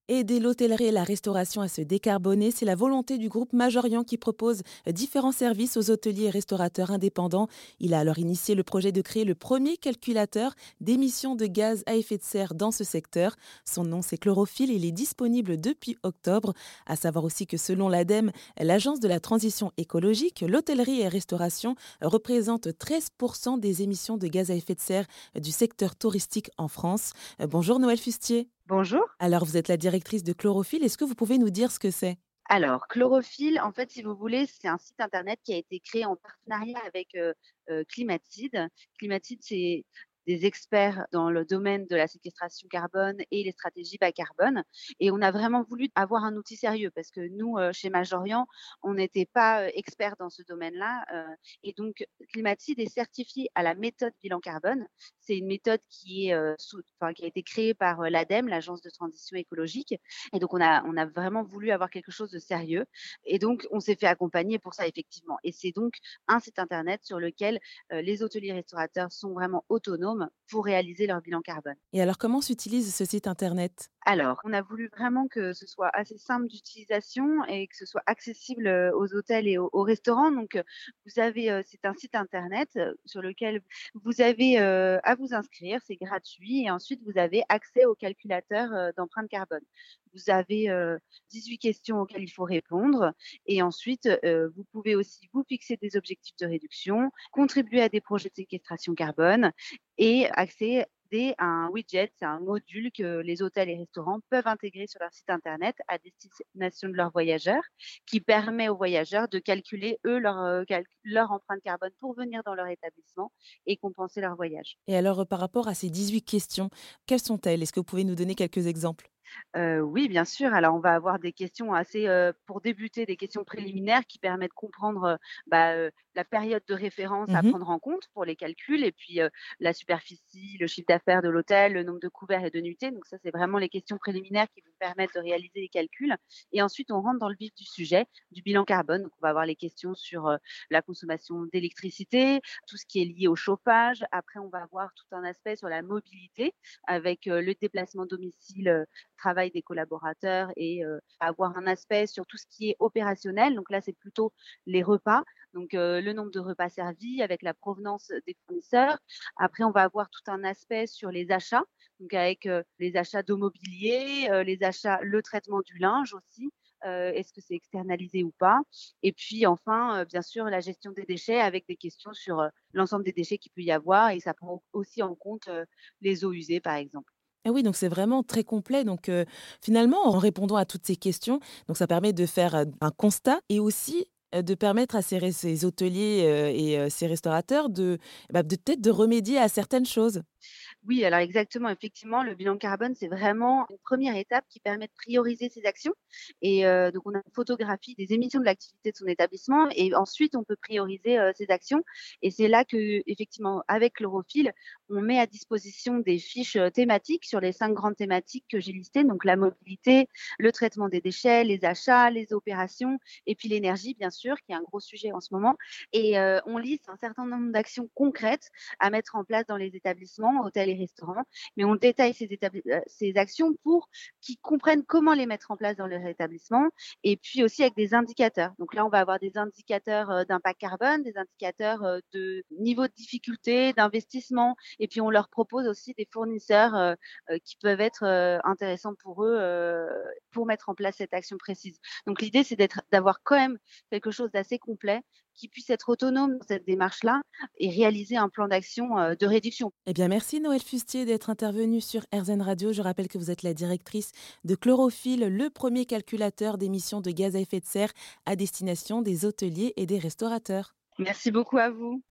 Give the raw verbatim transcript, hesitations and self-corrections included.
Aider l'hôtellerie et la restauration à se décarboner, c'est la volonté du groupe Majorian qui propose différents services aux hôteliers et restaurateurs indépendants. Il a alors initié le projet de créer le premier calculateur d'émissions de gaz à effet de serre dans ce secteur. Son nom, c'est Chlorophylle et il est disponible depuis octobre. À savoir aussi que selon l'ADEME, l'Agence de la transition écologique, l'hôtellerie et restauration représente treize pour cent des émissions de gaz à effet de serre du secteur touristique en France. Euh, Bonjour Noël Fustier. Bonjour. Alors, vous êtes la directrice de Chlorophylle. Est-ce que vous pouvez nous dire ce que c'est? Alors, Chlorophylle, en fait, si vous voulez, c'est un site internet qui a été créé en partenariat avec, heu heu, Climated. Climated, c'est des experts dans le domaine de la séquestration carbone et les stratégies bas carbone et on a vraiment voulu avoir un outil sérieux parce que nous, heu, chez Majorian, on n'était pas, heu, experts dans ce domaine-là, heu et donc Climated est certifié à la méthode bilan carbone. C'est une méthode qui est, heu, sous enfin, qui a été créée par, heu, l'ADEME, l'Agence de transition écologique et donc on a on a vraiment voulu avoir quelque chose de sérieux et donc on s'est fait accompagner pour ça effectivement et c'est donc un site internet sur lequel, heu, les hôteliers restaurateurs sont vraiment autonomes pour réaliser leur bilan carbone. Et alors, comment s'utilise ce site internet? Alors, on a voulu vraiment que ce soit assez simple d'utilisation et que ce soit accessible, heu, aux hôtels et aux aux restaurants. Donc, heu, vous avez, heu, c'est un site internet, heu, sur lequel vous avez, heu, à vous inscrire, c'est gratuit et ensuite vous avez accès au calculateur, heu, d'empreinte carbone. Vous avez, heu, dix-huit questions auxquelles il faut répondre et ensuite, heu, vous pouvez aussi vous fixer des objectifs de réduction, contribuer à des projets de séquestration carbone et accéder à un widget, c'est un module que les hôtels et restaurants peuvent intégrer sur leur site internet à destination de leurs voyageurs, qui permet aux voyageurs de calculer, eux, leur, heu, calc leur empreinte carbone pour venir dans leur établissement et compenser leur voyage. Et alors, euh, par rapport à ces dix-huit questions, quelles sont-elles? Est-ce que vous pouvez nous donner quelques exemples? Heu, oui, bien sûr. Alors, on va avoir des questions assez, heu, pour débuter, des questions préliminaires qui permettent de comprendre, heu, bah, heu, la période de référence à Mhm. prendre en compte pour les calculs et puis, heu, la superficie, le chiffre d'affaires de l'hôtel, le nombre de couverts et de nuitées. Donc ça, c'est vraiment les questions préliminaires qui vous permettent de réaliser les calculs et ensuite on rentre dans le vif du sujet, du bilan carbone. Donc on va avoir les questions sur, heu, la consommation d'électricité, tout ce qui est lié au chauffage. Après, on va avoir tout un aspect sur la mobilité avec, heu, le déplacement domicile, travail des collaborateurs et heu, avoir un aspect sur tout ce qui est opérationnel. Donc là, c'est plutôt les repas, donc heu, le nombre de repas servis avec la provenance des fournisseurs. Après, on va avoir tout un aspect sur les achats, donc avec, heu, les achats de mobilier, heu, les achats le traitement du linge aussi, heu, est-ce que c'est externalisé ou pas? Et puis enfin, heu, bien sûr, la gestion des déchets avec des questions sur, heu, l'ensemble des déchets qu'il peut y avoir et ça prend aussi en compte, heu, les eaux usées, par exemple. Ah oui, donc c'est vraiment très complet. Donc, euh, finalement, en répondant à toutes ces questions, donc ça permet de faire euh, un constat et aussi euh, de permettre à ces, ré- ces hôteliers euh, et euh, ces restaurateurs de, bah, de peut-être de remédier à certaines choses. Oui, alors exactement, effectivement, le bilan carbone, c'est vraiment une première étape qui permet de prioriser ses actions et heu, donc on a une photographie des émissions de l'activité de son établissement et ensuite on peut prioriser, heu, ses actions et c'est là qu'effectivement, avec Chlorophylle, on met à disposition des fiches, heu, thématiques sur les cinq grandes thématiques que j'ai listées, donc la mobilité, le traitement des déchets, les achats, les opérations et puis l'énergie, bien sûr, qui est un gros sujet en ce moment et heu, on liste un certain nombre d'actions concrètes à mettre en place dans les établissements, hôtels et restaurants. Mais on détaille ces, établi- euh, ces actions pour qu'ils comprennent comment les mettre en place dans leur établissement et puis aussi avec des indicateurs. Donc là, on va avoir des indicateurs euh, d'impact carbone, des indicateurs euh, de niveau de difficulté, d'investissement et puis on leur propose aussi des fournisseurs euh, euh, qui peuvent être euh, intéressants pour eux euh, pour mettre en place cette action précise. Donc l'idée, c'est d'être, d'avoir quand même quelque chose d'assez complet qui puisse être autonome dans cette démarche-là et réaliser un plan d'action, heu, de réduction. Eh bien, merci Noël Fustier d'être intervenu sur R Z N Radio. Je rappelle que vous êtes la directrice de Chlorophylle, le premier calculateur d'émissions de gaz à effet de serre à destination des hôteliers et des restaurateurs. Merci beaucoup à vous.